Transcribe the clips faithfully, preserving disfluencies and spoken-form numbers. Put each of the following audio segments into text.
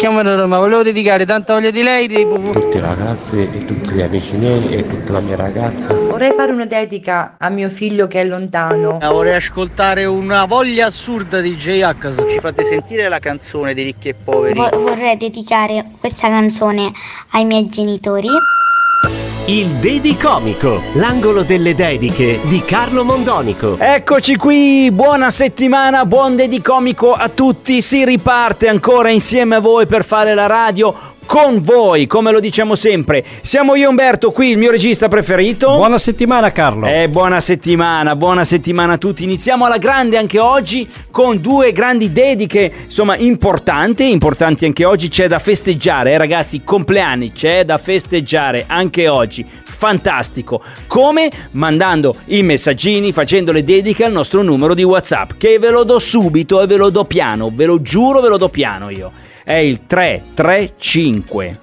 chiamo da Roma, volevo dedicare tanta voglia di lei dei... tutti i ragazzi e tutti gli amici miei e tutta la mia ragazza. Vorrei fare una dedica a mio figlio che è lontano. Vorrei ascoltare una voglia assurda di J-H. Ci fate sentire la canzone di Ricchi e Poveri? Vo- vorrei dedicare questa canzone ai miei genitori. Il Dedicomico, l'angolo delle dediche di Carlo Mondonico. Eccoci qui, buona settimana, buon Dedicomico a tutti. Si riparte ancora insieme a voi per fare la radio con voi, come lo diciamo sempre. Siamo io Umberto, qui il mio regista preferito. Buona settimana Carlo. Eh, buona settimana, buona settimana a tutti. Iniziamo alla grande anche oggi con due grandi dediche, insomma importanti, importanti anche oggi. C'è da festeggiare, eh, ragazzi, compleanni, c'è da festeggiare anche oggi. Fantastico. Come? Mandando i messaggini, facendo le dediche al nostro numero di WhatsApp, che ve lo do subito e ve lo do piano, ve lo giuro, ve lo do piano io. È il tre tre cinque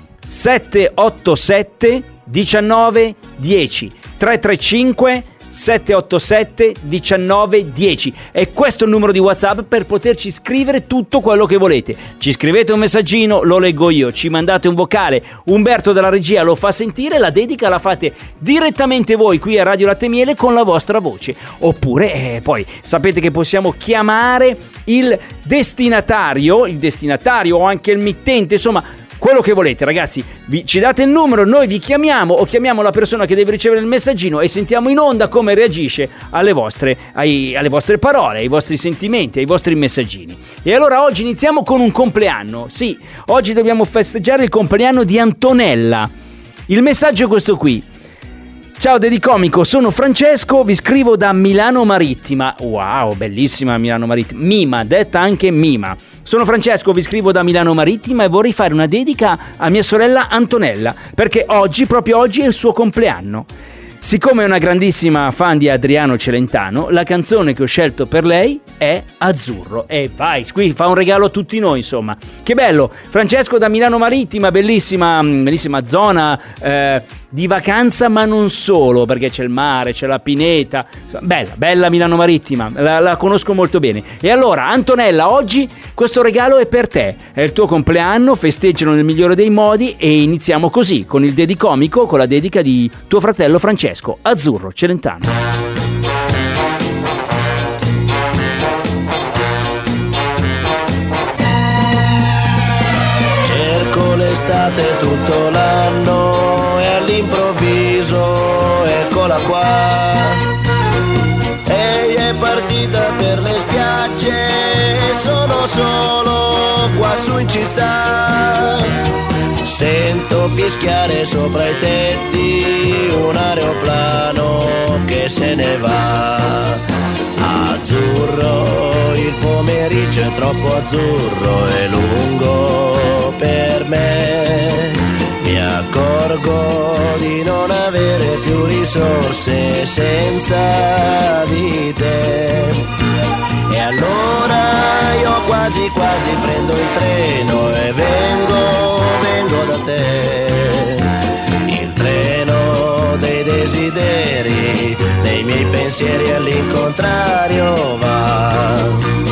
sette otto sette diciannove dieci tre tre cinque sette otto sette diciannove dieci. E questo è il numero di WhatsApp per poterci scrivere tutto quello che volete. Ci scrivete un messaggino, lo leggo io, ci mandate un vocale, Umberto dalla regia lo fa sentire, la dedica la fate direttamente voi qui a Radio Latte e Miele con la vostra voce. Oppure eh, poi sapete che possiamo chiamare il destinatario, il destinatario o anche il mittente, insomma quello che volete, ragazzi. Vi, ci date il numero, noi vi chiamiamo o chiamiamo la persona che deve ricevere il messaggino e sentiamo in onda come reagisce alle vostre, ai, alle vostre parole, ai vostri sentimenti, ai vostri messaggini. E allora oggi iniziamo con un compleanno. Sì, oggi dobbiamo festeggiare il compleanno di Antonella. Il messaggio è questo qui. Ciao Dedicomico, sono Francesco, vi scrivo da Milano Marittima. Wow, bellissima Milano Marittima. Mima, detta anche Mima. Sono Francesco, vi scrivo da Milano Marittima e vorrei fare una dedica a mia sorella Antonella, perché oggi, proprio oggi, è il suo compleanno. Siccome è una grandissima fan di Adriano Celentano, la canzone che ho scelto per lei è Azzurro. E vai, qui fa un regalo a tutti noi, insomma. Che bello! Francesco da Milano Marittima, bellissima, bellissima zona eh, di vacanza, ma non solo, perché c'è il mare, c'è la pineta. Bella, bella Milano Marittima, la, la conosco molto bene. E allora, Antonella, oggi questo regalo è per te. È il tuo compleanno, festeggialo nel migliore dei modi e iniziamo così, con il Dedicomico, con la dedica di tuo fratello Francesco. Azzurro Celentano. Cerco l'estate tutto l'anno e all'improvviso eccola qua. Ehi, è partita per le spiagge e sono solo qua su in città. Sento fischiare sopra i tetti un aeroplano che se ne va. Azzurro, il pomeriggio è troppo azzurro e lungo per me. Mi accorgo di non avere più risorse senza di te. E allora io quasi quasi prendo il treno e vengo, vengo da te. Il treno dei desideri, dei miei pensieri all'incontrario va.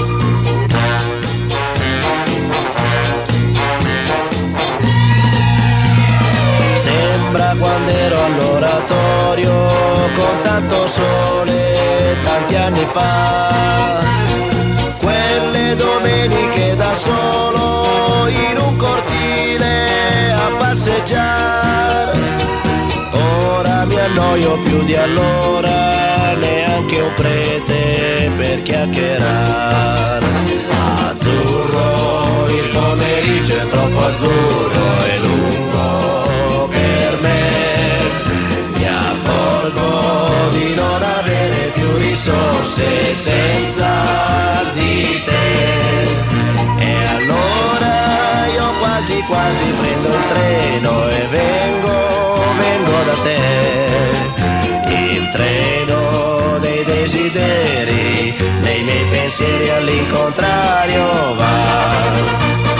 Sembra quando ero all'oratorio con tanto sole tanti anni fa. Quelle domeniche da solo in un cortile a passeggiare. Ora mi annoio più di allora, neanche un prete per chiacchierare. Azzurro, il pomeriggio è troppo azzurro e lungo per me. Mi accorgo di non avere più risorse senza di te. E allora io quasi quasi prendo il treno e vengo, vengo da te. Il treno dei desideri, dei miei pensieri all'incontrario va.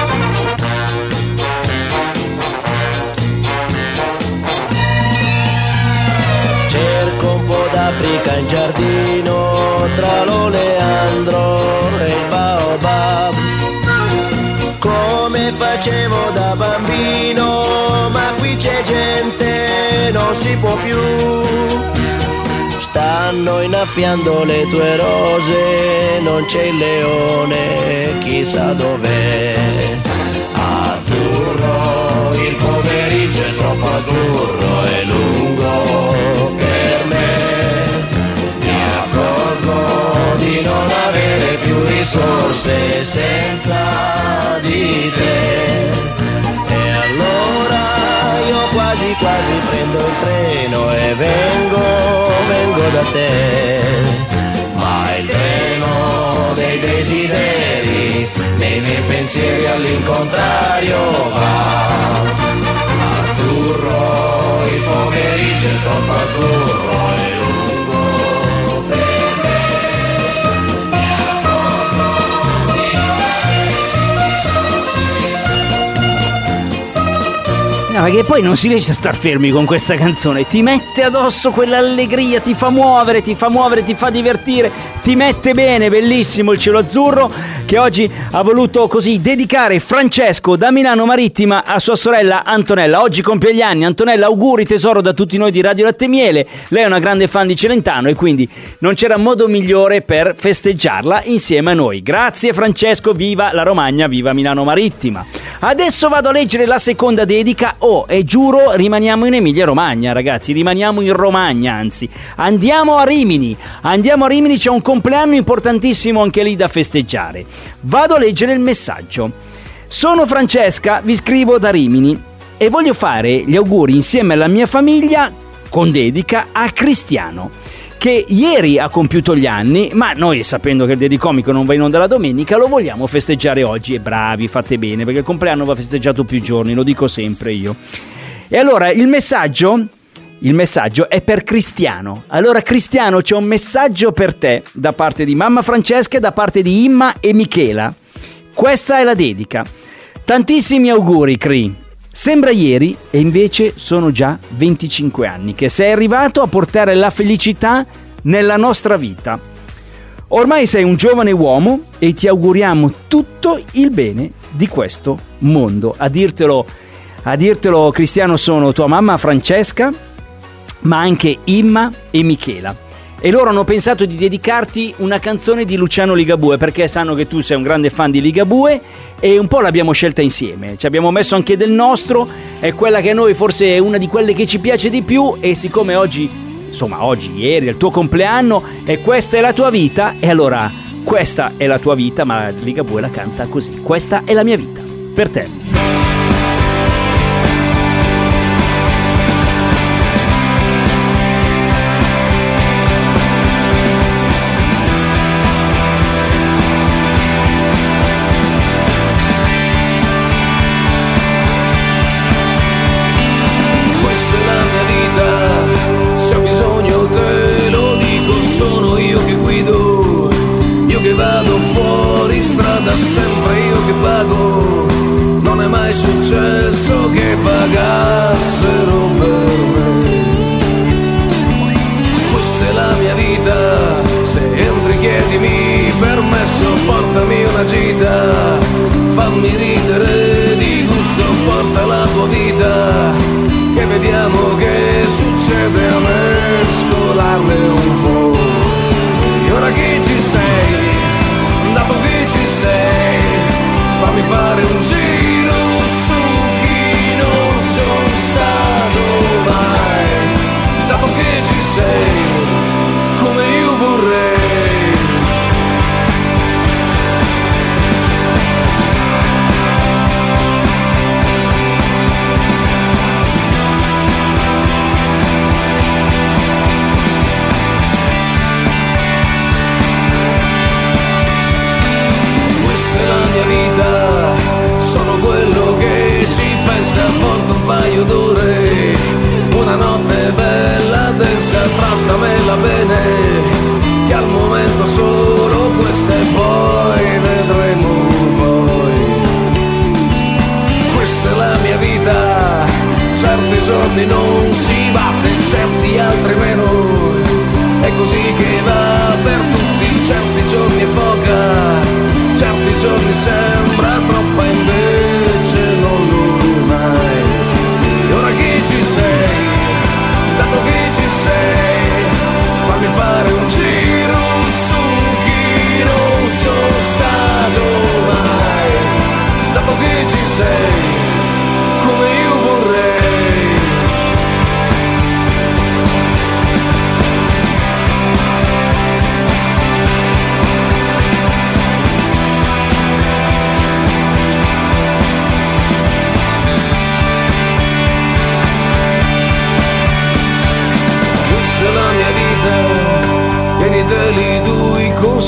D'Africa in giardino tra l'oleandro e il baobab. Come come facevo da bambino, ma qui c'è gente, non si può più. Stanno innaffiando le tue rose, non c'è il leone, chissà dov'è. Azzurro, il pomeriggio è troppo azzurro e lungo per me. Mi accorgo di non avere più risorse senza di te. E allora io quasi quasi prendo il treno e vengo, vengo da te. Ma il treno dei desideri, nei miei pensieri all'incontrario va. Azzurro, il pomeriggio è troppo azzurro e lungo per me. Mi accorgo di non avere risorse. No, perché poi non si riesce a star fermi con questa canzone, ti mette addosso quell'allegria, ti fa muovere, ti fa muovere, ti fa divertire, ti mette bene. Bellissimo il cielo azzurro che oggi ha voluto così dedicare Francesco da Milano Marittima a sua sorella Antonella. Oggi compie gli anni Antonella, auguri tesoro da tutti noi di Radio Latte e Miele. Lei è una grande fan di Celentano e quindi non c'era modo migliore per festeggiarla insieme a noi. Grazie Francesco, viva la Romagna, viva Milano Marittima. Adesso vado a leggere la seconda dedica. Oh, e giuro, rimaniamo in Emilia Romagna, ragazzi, rimaniamo in Romagna, anzi. Andiamo a Rimini, andiamo a Rimini, c'è un compleanno importantissimo anche lì da festeggiare. Vado a leggere il messaggio. Sono Francesca, vi scrivo da Rimini e voglio fare gli auguri insieme alla mia famiglia con dedica a Cristiano, che ieri ha compiuto gli anni, ma noi, sapendo che il Dedicomico non va in onda la domenica, lo vogliamo festeggiare oggi. E bravi, fate bene, perché il compleanno va festeggiato più giorni, lo dico sempre io. E allora il messaggio, il messaggio è per Cristiano. Allora Cristiano, c'è un messaggio per te da parte di mamma Francesca e da parte di Imma e Michela. Questa è la dedica. Tantissimi auguri, Cri. Sembra ieri e invece sono già venticinque anni che sei arrivato a portare la felicità nella nostra vita. Ormai sei un giovane uomo e ti auguriamo tutto il bene di questo mondo. A dirtelo, a dirtelo Cristiano, sono tua mamma Francesca, ma anche Imma e Michela. E loro hanno pensato di dedicarti una canzone di Luciano Ligabue, perché sanno che tu sei un grande fan di Ligabue e un po' l'abbiamo scelta insieme. Ci abbiamo messo anche del nostro, è quella che a noi forse è una di quelle che ci piace di più, e siccome oggi, insomma oggi, ieri è il tuo compleanno e questa è la tua vita, e allora questa è la tua vita, ma Ligabue la canta così: questa è la mia vita, per te. Sempre io che pago, non è mai successo che pagassero per me. Questa è la mia vita, se entri chiedimi permesso, portami una gita, fammi ridere di gusto, porta la tua vita, che vediamo che succede a mescolarle un po'. E ora che ci sei, dato che ci sei, fammi fare un giro su chi non sono stato mai, dato che ci sei, come io vorrei. Sono quello che ci pensa, porta un paio d'ore, una notte bella, densa, trattamela bene, che al momento solo questa e poi vedremo poi. Questa è la mia vita, certi giorni non si batte, certi altri meno, è così che va per tutti, certi giorni è poca, certi giorni sembra troppa, invece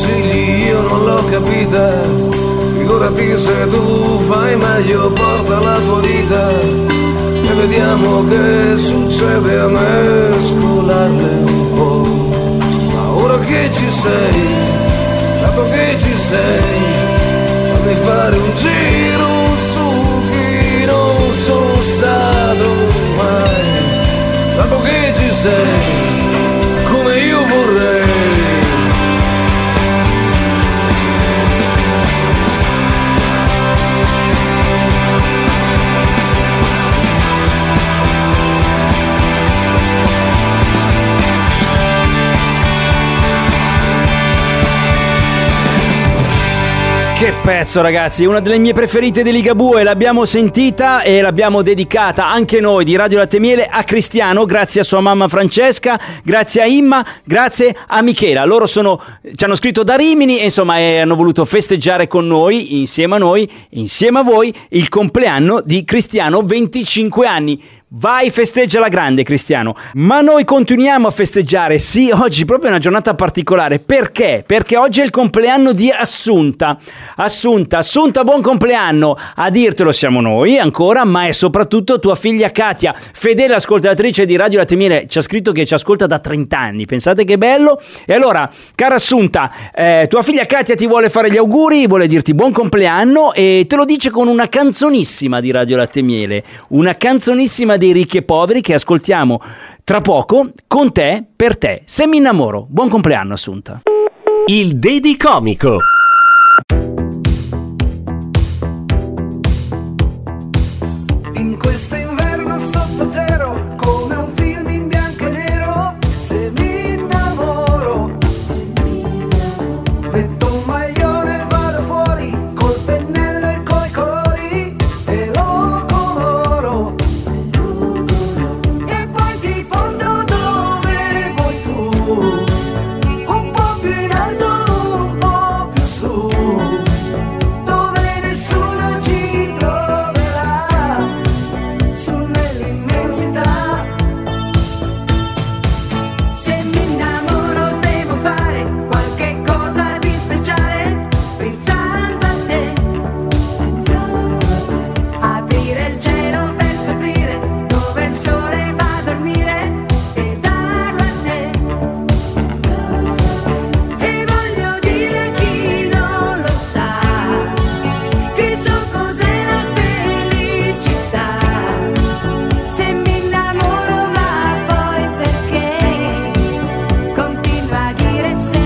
consigli io non l'ho capita, figurati se tu fai meglio, porta la tua vita e vediamo che succede a mescolarle un po'. Ma ora che ci sei, dato che ci sei, fammi fare un giro su chi non sono stato mai, dato che ci sei, come io vorrei. Che pezzo, ragazzi, una delle mie preferite di Ligabue, l'abbiamo sentita e l'abbiamo dedicata anche noi di Radio Latte e Miele a Cristiano, grazie a sua mamma Francesca, grazie a Imma, grazie a Michela. Loro sono, ci hanno scritto da Rimini e insomma e hanno voluto festeggiare con noi, insieme a noi, insieme a voi, il compleanno di Cristiano, venticinque anni. Vai, festeggia la grande, Cristiano. Ma noi continuiamo a festeggiare. Sì, oggi proprio è una giornata particolare. Perché? Perché oggi è il compleanno di Assunta. Assunta, Assunta, buon compleanno. A dirtelo siamo noi ancora, ma è soprattutto tua figlia Katia, fedele ascoltatrice di Radio Latte e Miele. Ci ha scritto che ci ascolta da trenta anni. Pensate che bello. E allora, cara Assunta, eh, tua figlia Katia ti vuole fare gli auguri, vuole dirti buon compleanno e te lo dice con una canzonissima di Radio Latte e Miele. Una canzonissima di dei ricchi e poveri che ascoltiamo tra poco con te, per te. Se mi innamoro. Buon compleanno, Assunta. Il Dedicomico. In questo inverno sotto zero, come un film in bianco e nero, se mi innamoro, metto un maglione e vado fuori col pennello e coi colori e lo coloro. E poi ti porto dove vuoi tu, un po' più in alto, un po' più su, dove nessuno ci troverà, su nell'immensità. Se mi innamoro devo fare qualche cosa di speciale, pensando a te, aprire il cielo per scoprire dove il sole va a dormire e darlo a te. E voglio dire a chi non lo sa che so cos'è la felicità. Se mi innamoro, ma poi perché continuo a dire se.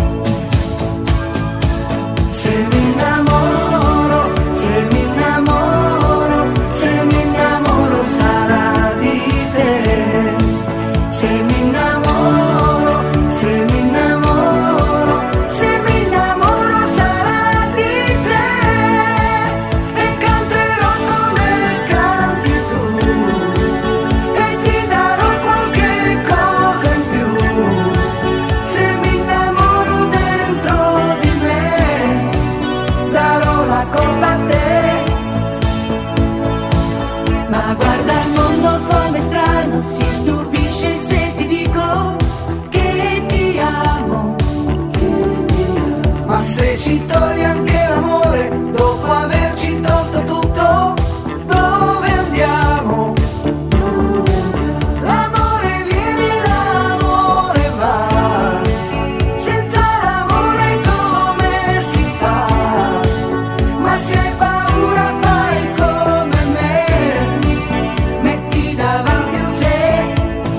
Se mi innamoro, se mi innamoro, se mi innamoro sarà di te. Se mi innamoro, se mi innamoro, se mi innamoro sarà di te. E canterò come canti tu, e ti darò qualche cosa in più. Se mi innamoro dentro di me, darò la colpa a te. Ma guarda il mondo come strano, si stupisce se ti dico che ti amo. Ma se ci togli anche l'amore, dopo averci tolto tutto, dove andiamo? L'amore viene, l'amore va, senza l'amore come si fa? Ma se hai paura fai come me, metti davanti un se.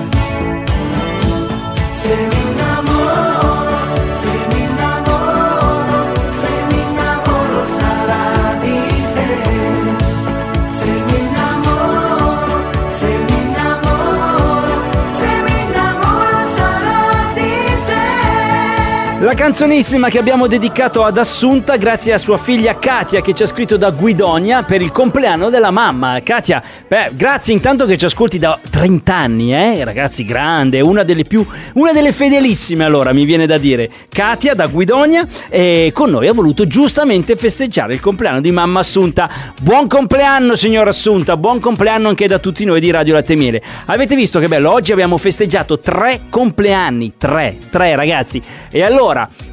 Se mi innamoro, se mi innamoro, se mi innamoro sarà di te. Se mi innamoro, se mi innamoro, se mi innamoro sarà di te. La canzonissima che abbiamo dedicato ad Assunta grazie a sua figlia Katia che ci ha scritto da Guidonia per il compleanno della mamma. Katia, beh, grazie intanto che ci ascolti da trenta anni, eh? Ragazzi, grande, una delle più, una delle fedelissime, allora mi viene da dire. Katia da Guidonia e con noi ha voluto giustamente festeggiare il compleanno di mamma Assunta. Buon compleanno, signora Assunta, buon compleanno anche da tutti noi di Radio Latte e Miele. Avete visto che bello? Oggi abbiamo festeggiato tre compleanni, tre, tre ragazzi. E allora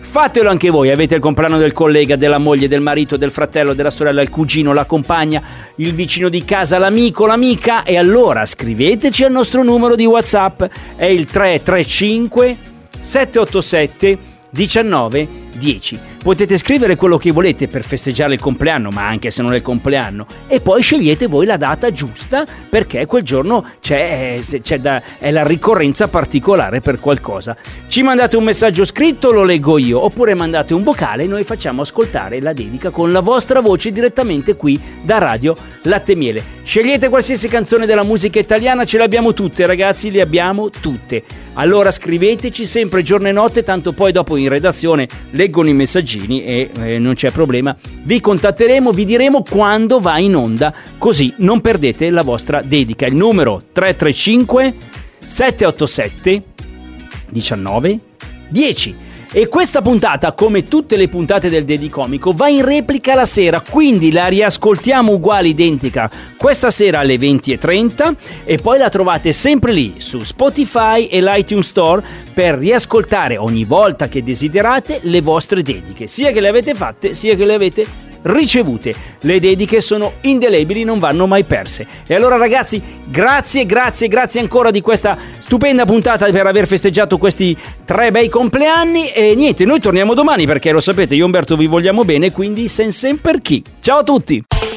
Fatelo anche voi, avete il compleanno del collega, della moglie, del marito, del fratello, della sorella, il cugino, la compagna, il vicino di casa, l'amico, l'amica, e allora scriveteci al nostro numero di WhatsApp, è il tre tre cinque sette otto sette uno nove uno zero. Potete scrivere quello che volete per festeggiare il compleanno, ma anche se non è il compleanno, e poi scegliete voi la data giusta, perché quel giorno c'è, c'è da, è la ricorrenza particolare per qualcosa. Ci mandate un messaggio scritto, lo leggo io, oppure mandate un vocale e noi facciamo ascoltare la dedica con la vostra voce direttamente qui da Radio Latte e Miele. Scegliete qualsiasi canzone della musica italiana, ce le abbiamo tutte ragazzi, le abbiamo tutte. Allora scriveteci sempre giorno e notte, tanto poi dopo in redazione leggono i messaggini e eh, non c'è problema, vi contatteremo, vi diremo quando va in onda, così non perdete la vostra dedica. Il numero tre tre cinque sette otto sette uno nove uno zero. E questa puntata, come tutte le puntate del Dedicomico, va in replica la sera, quindi la riascoltiamo uguale, identica, questa sera alle venti e trenta, e poi la trovate sempre lì su Spotify e l'iTunes Store per riascoltare ogni volta che desiderate le vostre dediche, sia che le avete fatte sia che le avete ricevute. Le dediche sono indelebili, non vanno mai perse. E allora ragazzi, grazie, grazie, grazie ancora di questa stupenda puntata, per aver festeggiato questi tre bei compleanni. E niente, noi torniamo domani perché lo sapete, io e Umberto vi vogliamo bene, quindi sen sempre chi. Ciao a tutti.